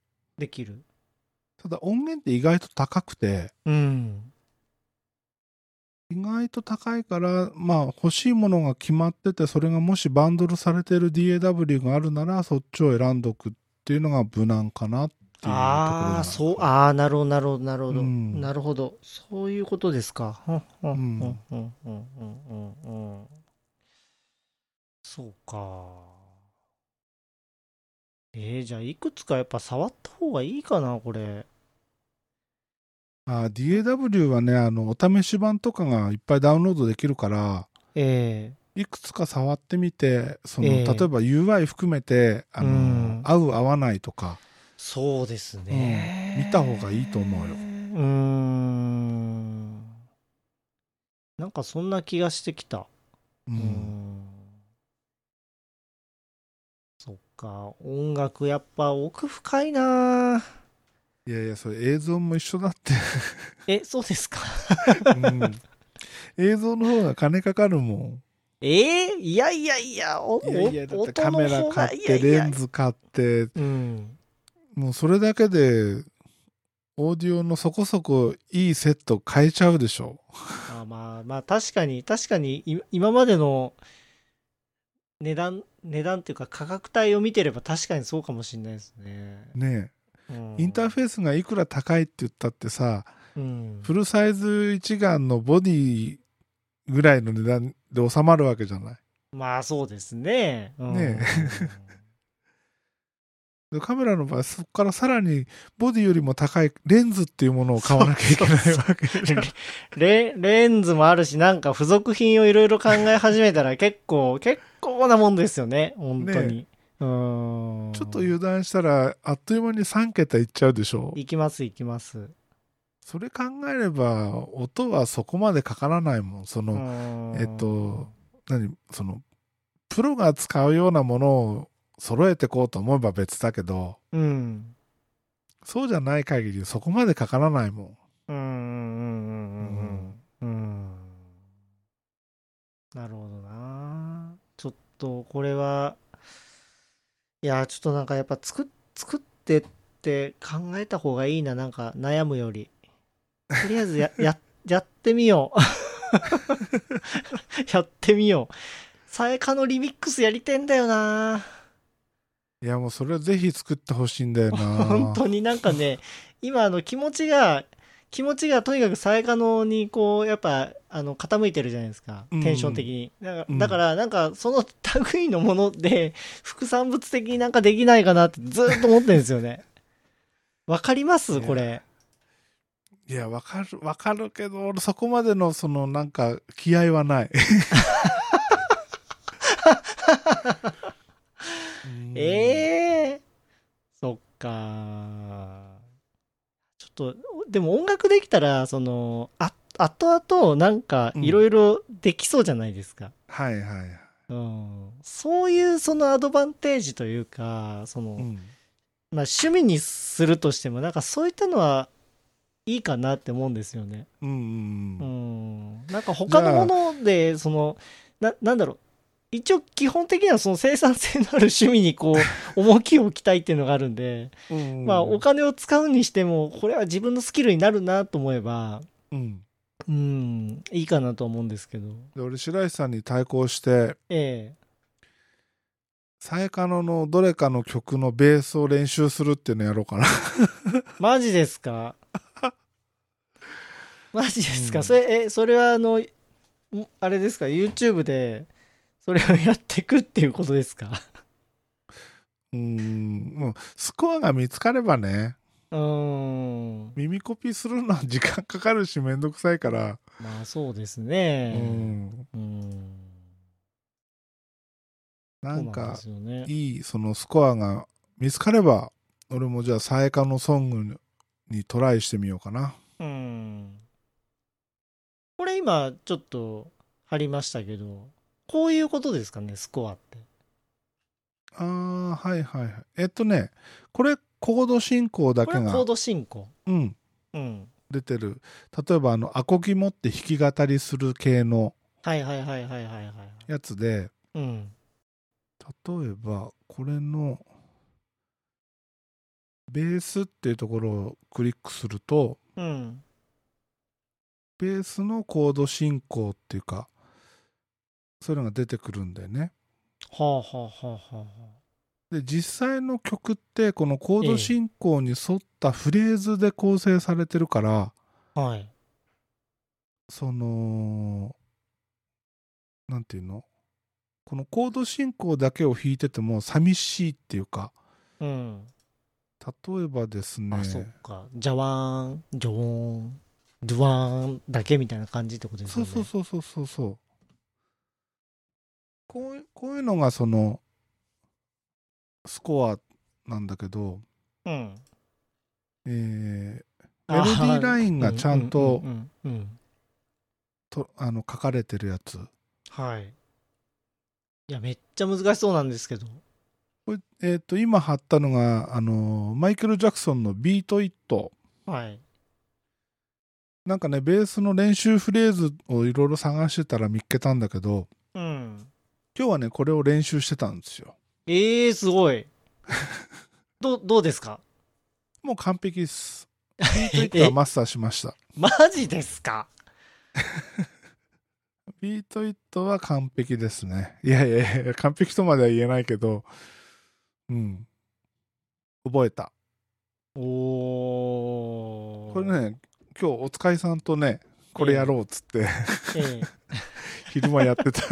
ただ音源って意外と高くて、意外と高いから、まあ欲しいものが決まってて、それがもしバンドルされてる DAW があるならそっちを選んどくっていうのが無難かなってっていうところなのか。 そう、なるほど、なるほど、なるほど、なるほど。そういうことですか。そうか。じゃあ、いくつかやっぱ触った方がいいかな、これ。 DAW はね、お試し版とかがいっぱいダウンロードできるから、いくつか触ってみて、例えば UI 含めて、合う合わないとか。 そうですね。 見た方がいいと思うよ。 なんかそんな気がしてきた。そっか、音楽やっぱ奥深いな。 いやいや、それ映像も一緒だってそうですか。 映像の方が金かかるもん。 いやいやいや、 だってカメラ買って、レンズ買って、もうそれだけで、オーディオのそこそこいいセット変えちゃうでしょ。 まあ、確かに、今までの値段っていうか価格帯を見てれば確かにそうかもしれないですね。 ねえ。インターフェースがいくら高いって言ったってさ、フルサイズ一眼のボディぐらいの値段で収まるわけじゃない。 まあそうですね。 ねえ。カメラの場合、そこからさらにボディよりも高いレンズっていうものを買わなきゃいけないわけじゃん。 レンズもあるし、なんか付属品をいろいろ考え始めたら結構なもんですよね。本当に。 ちょっと油断したら、あっという間に3桁いっちゃうでしょ。 いきます。 それ考えれば、音はそこまでかからないもん。プロが使うようなものを揃えてこうと思えば別だけど、そうじゃない限りそこまでかからないもん。 なるほどな。ちょっとこれは、いや、ちょっとなんかやっぱ作ってって考えた方がいいな、なんか悩むより。とりあえずやってみよう。やってみよう。さやかのリミックスやりてんだよな。 いや、もうそれはぜひ作ってほしいんだよな。 本当になんかね、今気持ちがとにかくさやかのにこう、やっぱ、傾いてるじゃないですか。テンション的に。だから、なんか、その類のもので、副産物的になんかできないかなってずっと思ってるんですよね。わかりますこれ。 いや、わかるけど、俺そこまでの、なんか、気合はない。 そっか。ちょっと、でも音楽できたら、後々なんかいろいろできそうじゃないですか。 はいはい。 そういうそのアドバンテージというか、まあ趣味にするとしても、なんかそういったのはいいかなって思うんですよね。なんか他のもので、なんだろう。一応基本的にはその生産性のある趣味にこう重きを置きたいっていうのがあるんで、まあお金を使うにしてもこれは自分のスキルになるなと思えば、いいかなと思うんですけど。 で俺白石さんに対抗して、さやかのどれかの曲のベースを練習するっていうのやろうかな。 マジですか？マジですか？それはあれですか？ YouTube でそれをやっていくっていうことですか？ もうスコアが見つかればね。耳コピーするのは時間かかるしめんどくさいから。 まあそうですね。 なんかいいそのスコアが見つかれば、俺もじゃあさやかのソングにトライしてみようかな。 これ今ちょっと貼りましたけど、こういうことですかね、スコアって。 はいはいはい。これコード進行だけが。 これコード進行。 出てる。例えばアコギ持って弾き語りする系のやつで、例えばこれのベースっていうところをクリックすると、ベースのコード進行っていうか、そういうのが出てくるんだよね。 で、実際の曲ってこのコード進行に沿ったフレーズで構成されてるから、 はい。 その、なんていうの、このコード進行だけを弾いてても寂しいっていうか、 うん。 例えばですね。 あ、そっか。ジャワーン、ジョーン、ドゥワーンだけみたいな感じってことですよね。 そう。こういうのがその、スコアなんだけど、 うん。 メロディーラインがちゃんと書かれてるやつ。 はい。いや、めっちゃ難しそうなんですけど。 これ今貼ったのがマイケル・ジャクソンのビート・イット。 はい。 なんかね、ベースの練習フレーズをいろいろ探してたら見っけたんだけど、 うん。 今日はね、これを練習してたんですよ。 すごい。どうですか？ もう完璧です。ビート・イットはマスターしました。 マジですか？ ビート・イットは完璧ですね。いや、完璧とまでは言えないけど、うん。覚えた。これね、今日お使いさんとね、これやろうっつって、昼間やってた。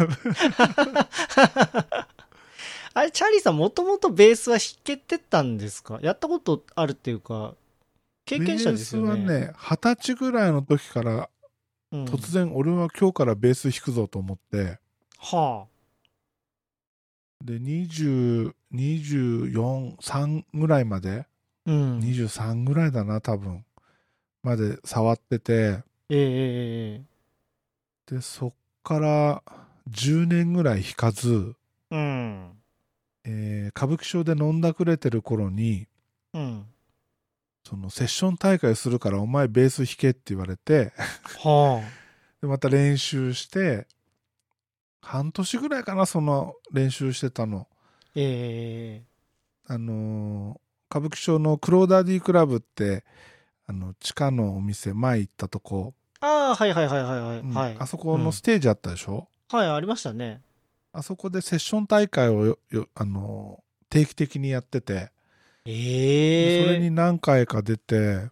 あれ、チャーリーさん、もともとベースは弾けてたんですか？やったことあるっていうか、経験者ですよね。 ベースはね、20歳ぐらいの時から、突然俺は今日からベース弾くぞと思って、 はあ。で、20、24、3ぐらいまで、23ぐらいだな、多分、まで触ってて、で、そっから10年ぐらい弾かず、歌舞伎町で飲んだくれてる頃に、そのセッション大会するからお前ベース弾けって言われてでまた練習して半年ぐらいかな、その練習してたの。歌舞伎町のクローダーディクラブって地下のお店前行ったとこ、 はいはいはいはいはい、 あそこのステージあったでしょ、 はい、ありましたね。 あそこでセッション大会を定期的にやってて、それに何回か出て、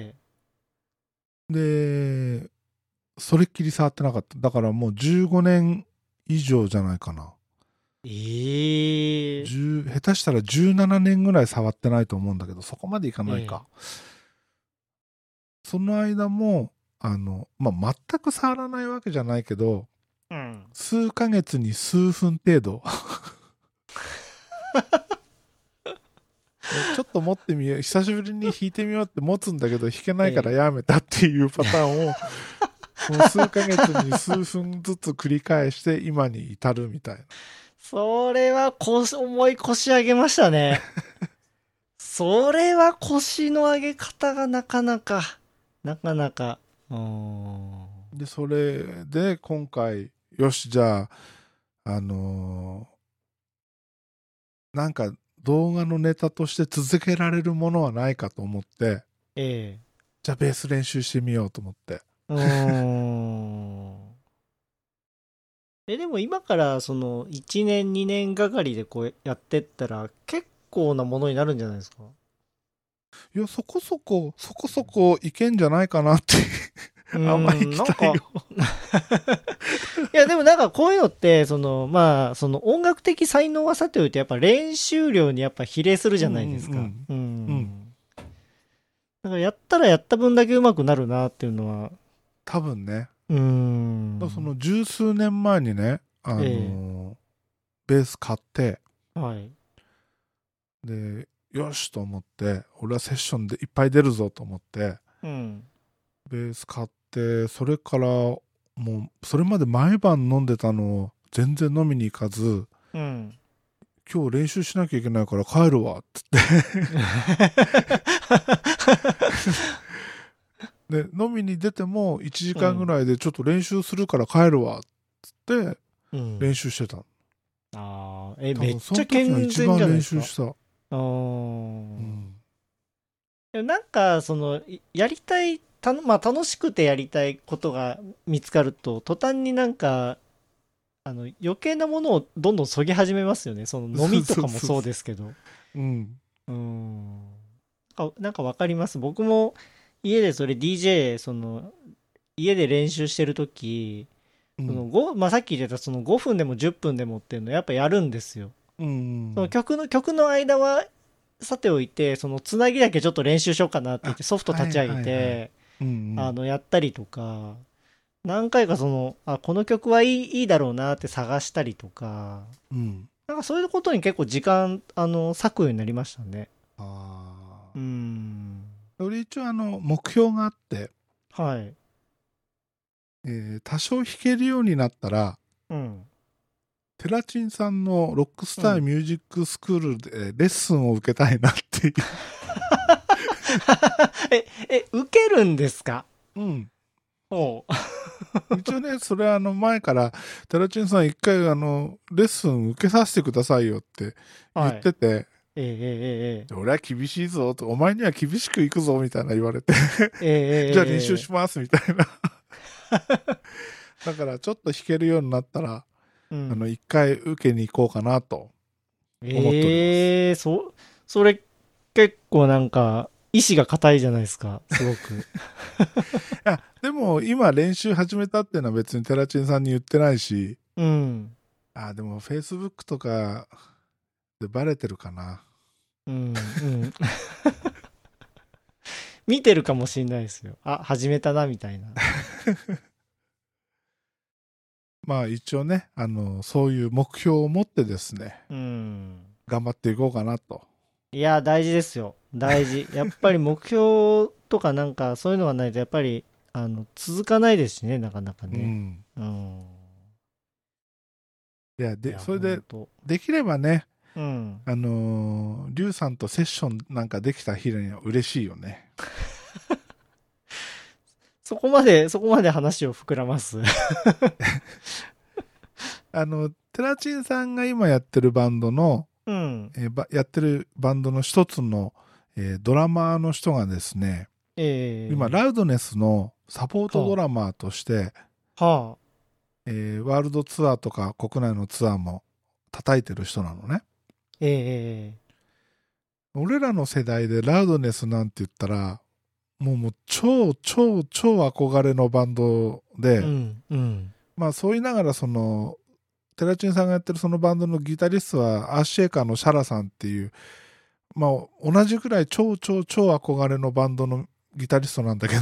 でそれっきり触ってなかった。だからもう15年以上じゃないかな。下手したら17年ぐらい触ってないと思うんだけど、そこまでいかないか。その間も全く触らないわけじゃないけど、数ヶ月に数分程度ちょっと持ってみよう、久しぶりに弾いてみようって持つんだけど弾けないからやめたっていうパターンを、もう数ヶ月に数分ずつ繰り返して今に至るみたいな。 それは重い腰上げましたね。それは腰の上げ方がなかなか。 で、それで今回、よし、じゃあ、なんか動画のネタとして続けられるものはないかと思って、じゃあベース練習してみようと思って。 でも今からその1年2年がかりでこうやってったら結構なものになるんじゃないですか？ いや、そこそこいけんじゃないかなってあんまり期待を。いや、でもなんかこういうのって、その音楽的才能はさておいてやっぱ練習量にやっぱ比例するじゃないですか。だからやったらやった分だけ上手くなるなっていうのは。 多分ね。その十数年前にね、ベース買って、で、よしと思って、俺はセッションでいっぱい出るぞと思って、ベース買って、それからもうそれまで毎晩飲んでたのを全然飲みに行かず、今日練習しなきゃいけないから帰るわっつってで飲みに出ても1時間ぐらいでちょっと練習するから帰るわっつって練習してた、 めっちゃ健全じゃないですか。 練習した。 なんかそのやりたい楽しくてやりたいことが見つかると途端になんか余計なものをどんどんそぎ始めますよね。その飲みとかもそうですけど。 うん。 なんかわかります。僕も家でそれ DJ、家で練習してるとき、まあ、さっき言ってたその5分でも10分でもっていうのやっぱやるんですよ。その曲の間はさておいて、そのつなぎだけちょっと練習しようかなって言ってソフト立ち上げて、やったりとか、何回かこの曲はいいだろうなって探したりとか、なんかそういうことに結構時間、割くようになりましたね。 俺一応目標があって、 はい。 多少弾けるようになったら、テラチンさんのロックスターミュージックスクールでレッスンを受けたいなっていう。 受けるんですか？ 一応ね、それは前から、テラチンさん一回レッスン受けさせてくださいよって言ってて、俺は厳しいぞと、お前には厳しくいくぞみたいな言われて、じゃあ練習しますみたいな。だからちょっと弾けるようになったら、一回受けに行こうかなと思っております。 それ結構なんか、意志が固いじゃないですか、すごく。いや、でも今練習始めたっていうのは別にテラチンさんに言ってないし、でも Facebook とかでバレてるかな。 見てるかもしれないですよ。始めたな、みたいな。 まあ一応ね、そういう目標を持ってですね、頑張っていこうかなと。 いや、大事ですよ。大事。やっぱり目標とかなんかそういうのがないと、やっぱり、続かないですしね、なかなかね。 いや、それで、できればね、リュウさんとセッションなんかできた日には嬉しいよね。 そこまで話を膨らますテラチンさんが今やってるバンドの、やってるバンドの一つの、ドラマーの人がですね、今、ラウドネスのサポートドラマーとして、ワールドツアーとか国内のツアーも叩いてる人なのね。俺らの世代でラウドネスなんて言ったら、もう超憧れのバンドで、まあそう言いながらテラチンさんがやってるそのバンドのギタリストはアーシェーカーのシャラさんっていう、まあ同じくらい超憧れのバンドのギタリストなんだけど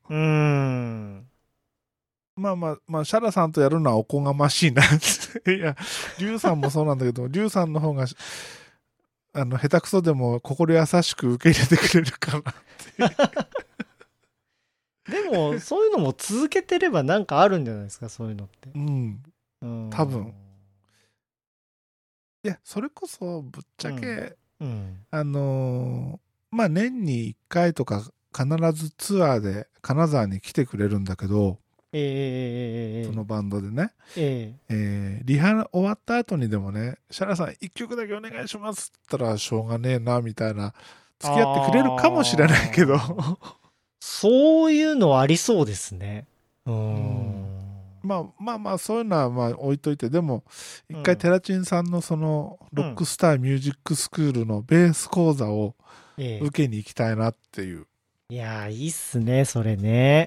まあシャラさんとやるのはおこがましいな。いや、リュウさんもそうなんだけど、リュウさんの方が下手くそでも心優しく受け入れてくれるかなってでもそういうのも続けてればなんかあるんじゃないですか、そういうのって。 多分。いや、それこそぶっちゃけ、まあ年に1回とか必ずツアーで金沢に来てくれるんだけど、そのバンドでね、リハ終わった後にでもね、シャラさん1曲だけお願いしますって言ったらしょうがねえなみたいな、付き合ってくれるかもしれないけどそういうのありそうですね。 まあそういうのはまあ置いといて、でも一回テラチンさんのそのロックスターミュージックスクールのベース講座を受けに行きたいなっていう。 いや、いいっすね、それね。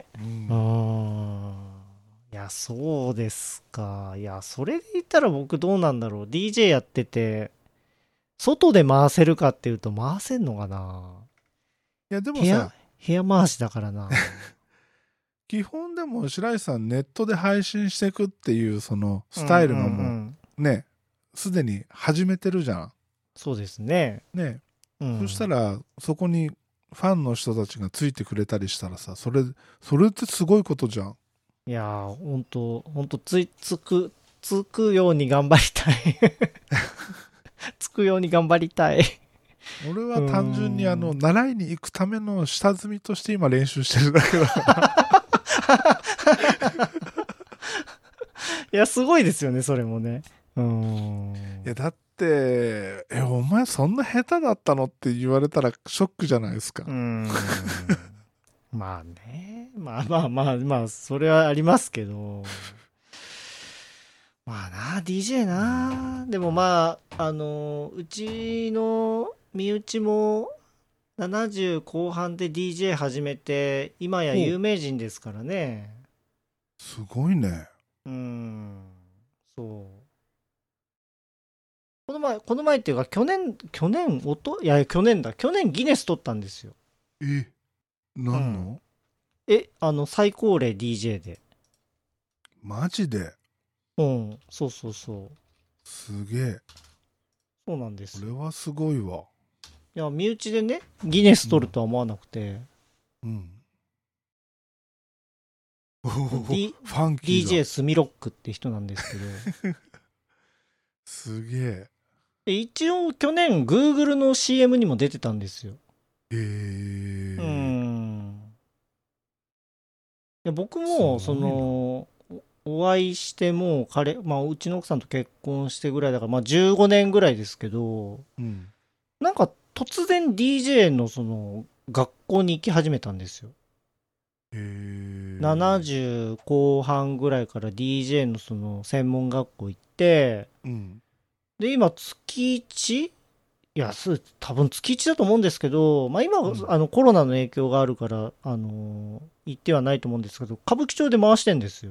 いや、そうですか。いや、それで言ったら僕どうなんだろう。DJ やってて、外で回せるかっていうと回せんのかな。 いや、でもさ、 部屋回しだからな。 基本でも白石さんネットで配信していくっていうそのスタイルがもうね、すでに始めてるじゃん。 そうですね。 そしたらそこにファンの人たちがついてくれたりしたらさ、それってすごいことじゃん。 いやー、ほんとつくように頑張りたいつくように頑張りたい俺は単純に習いに行くための下積みとして今練習してるだけだからいや、すごいですよね、それもね。 いや、だって、お前そんな下手だったのって言われたらショックじゃないですか。 まあね。まあ、それはありますけど。 まあな、DJ な。でもまあ、うちの身内も70後半で DJ 始めて、今や有名人ですからね。 すごいね。 そう。この前っていうか、去年、いや、去年ギネス取ったんですよ。 何の？ 最高齢 DJ で。 マジで？ そうそうそう。 すげえ。 そうなんです。 これはすごいわ。 いや、身内でね、ギネス取るとは思わなくて。 ファンキーだ。 DJ スミロックって人なんですけど。 すげえ。一応去年 Google の CM にも出てたんですよ。いや僕もお会いしてもうちの奥さんと結婚してぐらいだから、15年ぐらいですけど、なんか突然 DJ の学校に行き始めたんですよ。70後半ぐらいから DJ の専門学校行って、で今月 1？ いや多分月1だと思うんですけど、今、コロナの影響があるから行ってはないと思うんですけど、歌舞伎町で回してんですよ。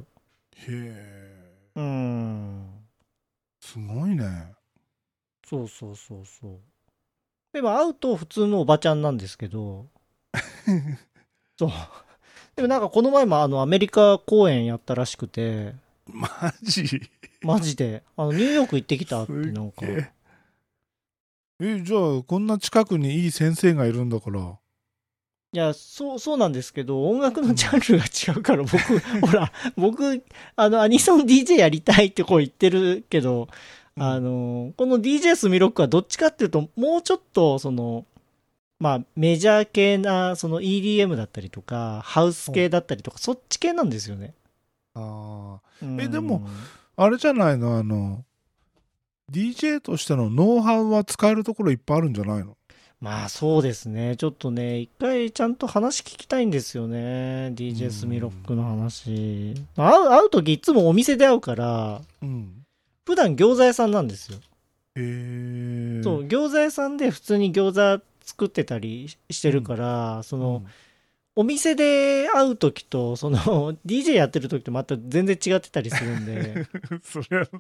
すごいね。 そうそうそうそう。でも会うと普通のおばちゃんなんですけどそう。でもなんかこの前もアメリカ公演やったらしくて。 マジでニューヨーク行ってきたってなんか。 じゃあこんな近くにいい先生がいるんだから。いや、そうなんですけど、音楽のジャンルが違うから、ほら、アニソン DJ やりたいってこう言ってるけど、この DJ スミロックはどっちかっていうと、もうちょっと、メジャー系な、EDM だったりとか、ハウス系だったりとか、そっち系なんですよね。 でも、あれじゃないのDJ としてのノウハウは使えるところいっぱいあるんじゃないの？ そうですね。ちょっとね、一回ちゃんと話聞きたいんですよね。DJ スミロックの話。会うときいつもお店で会うから、普段餃子屋さんなんですよ。そう、餃子屋さんで普通に餃子作ってたりしてるから、お店で会うときと、DJ やってるときとまた全然違ってたりするんで。 それは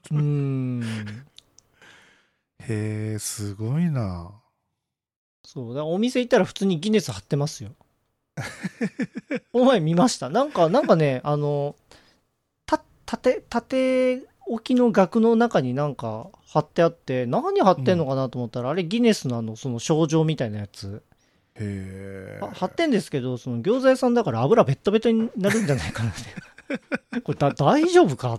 すごいな。 そうだ、お店行ったら普通にギネス貼ってますよ。この前見ました。なんかね、縦置きの額の中になんか貼ってあって、何貼ってんのかなと思ったら、あれギネスのその賞状みたいなやつ。貼ってんですけど、餃子屋さんだから油ベッタベタになるんじゃないかなって。これ大丈夫かって。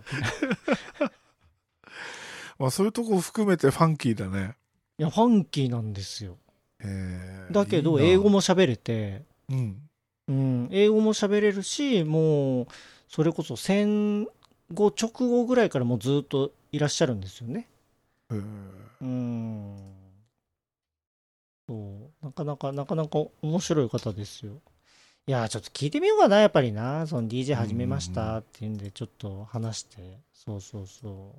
そういうとこ含めてファンキーだね。 いや、ファンキーなんですよ。だけど、英語も喋れて、英語も喋れるし、もう、それこそ戦後直後ぐらいからもうずっといらっしゃるんですよね。そう、なかなか面白い方ですよ。いや、ちょっと聞いてみようかな、やっぱりな。DJ 始めましたっていうんで、ちょっと話して。そうそうそう。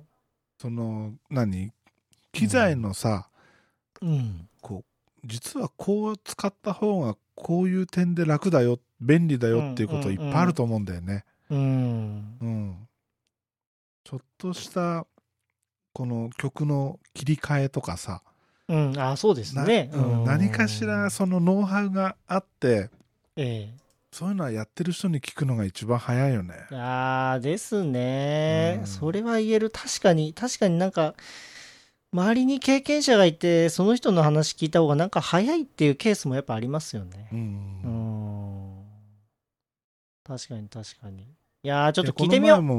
機材のさ、実はこう使った方がこういう点で楽だよ、便利だよっていうこといっぱいあると思うんだよね。ちょっとしたこの曲の切り替えとかさ、 そうですね。 何かしらそのノウハウがあって、そういうのはやってる人に聞くのが一番早いよね。 ですね。それは言える。確かになんか、周りに経験者がいて、その人の話聞いた方がなんか早いっていうケースもやっぱありますよね。確かに。いやー、ちょっと聞いてみよう。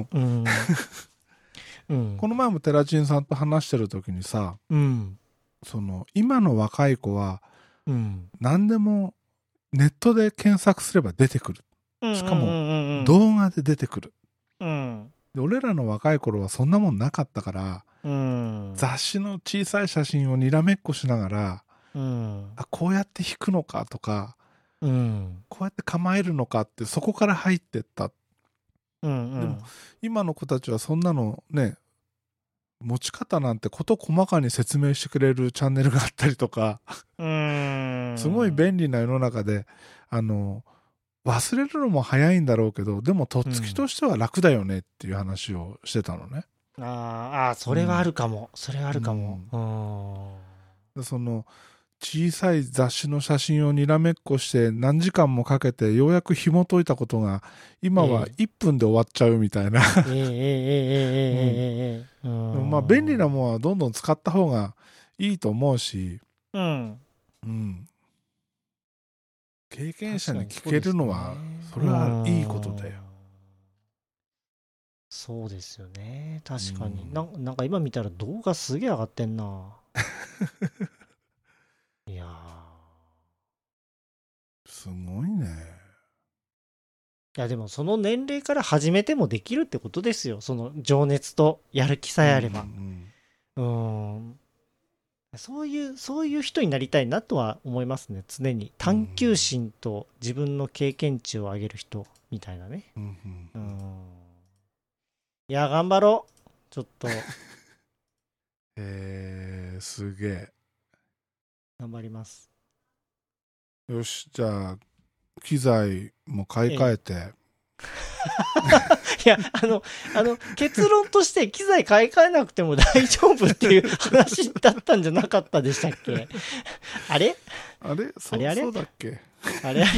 この前もテラチンさんと話してる時にさ、今の若い子は、何でもネットで検索すれば出てくる。しかも動画で出てくる。で俺らの若い頃はそんなもんなかったから、雑誌の小さい写真をにらめっこしながら、こうやって弾くのかとか、こうやって構えるのかってそこから入ってった。でも今の子たちはそんなのね、 持ち方なんて事細かに説明してくれるチャンネルがあったりとかすごい便利な世の中で忘れるのも早いんだろうけど、でもとっつきとしては楽だよねっていう話をしてたのね。 それはあるかも、それはあるかも。 その小さい雑誌の写真をにらめっこして何時間もかけてようやく紐解いたことが今は1分で終わっちゃうみたいな。まあ便利なものはどんどん使った方がいいと思うし、経験者に聞けるのはそれはいいことだよ。 そうですよね、確かに。なんか今見たら動画すげえ上がってんな。いやすごいね。 いやでもその年齢から始めてもできるってことですよ。その情熱とやる気さえあれば。そういう人になりたいなとは思いますね。常に探求心と自分の経験値を上げる人みたいなね。いや頑張ろうちょっと。 すげえ。 頑張ります。 よし、じゃあ機材も買い替えて、 いや結論として機材買い替えなくても大丈夫っていう話だったんじゃなかったでしたっけ？あれそうだっけ？ あれ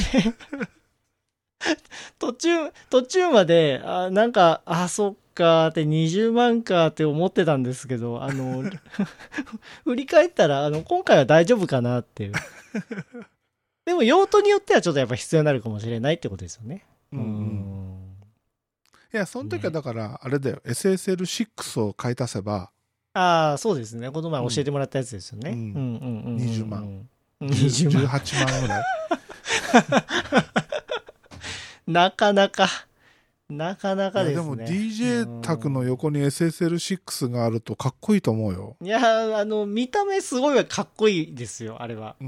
途中までなんかそっかって20万かって思ってたんですけど振り返ったら今回は大丈夫かなっていう。でも用途によってはちょっとやっぱ必要になるかもしれないってことですよね。 いやその時はだからあれだよ、ね、SSL6 を買い足せば。 そうですね、この前教えてもらったやつですよね。 20万 18 万ぐらい。 なかなかですね。 でも DJ 卓の横に SSL6 があるとかっこいいと思うよ。 いや見た目すごいかっこいいですよあれは。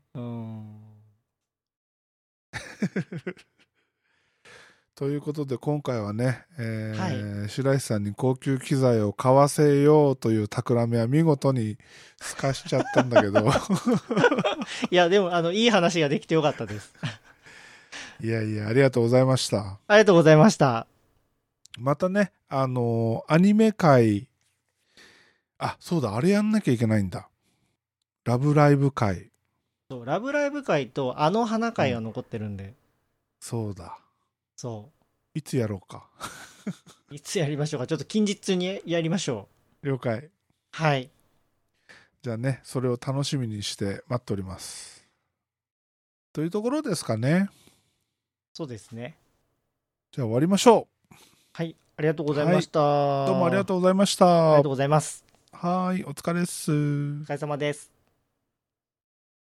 ということで今回はね、白石さんに高級機材を買わせようという企みは見事に透かしちゃったんだけどいやでもいい話ができてよかったです。 いやいや、ありがとうございました。 ありがとうございました。 またね、アニメ界、そうだ、あれやんなきゃいけないんだ。ラブライブ会。 そう、ラブライブ会と花会が残ってるんで。 そうだ。 そう。 いつやろうか。 いつやりましょうか。ちょっと近日にやりましょう。了解。 はい。 じゃあね、それを楽しみにして待っております。というところですかね。 そうですね。 じゃあ終わりましょう。 はい、ありがとうございました。 どうもありがとうございました。 ありがとうございます。 はい、お疲れっす。お疲れ様です。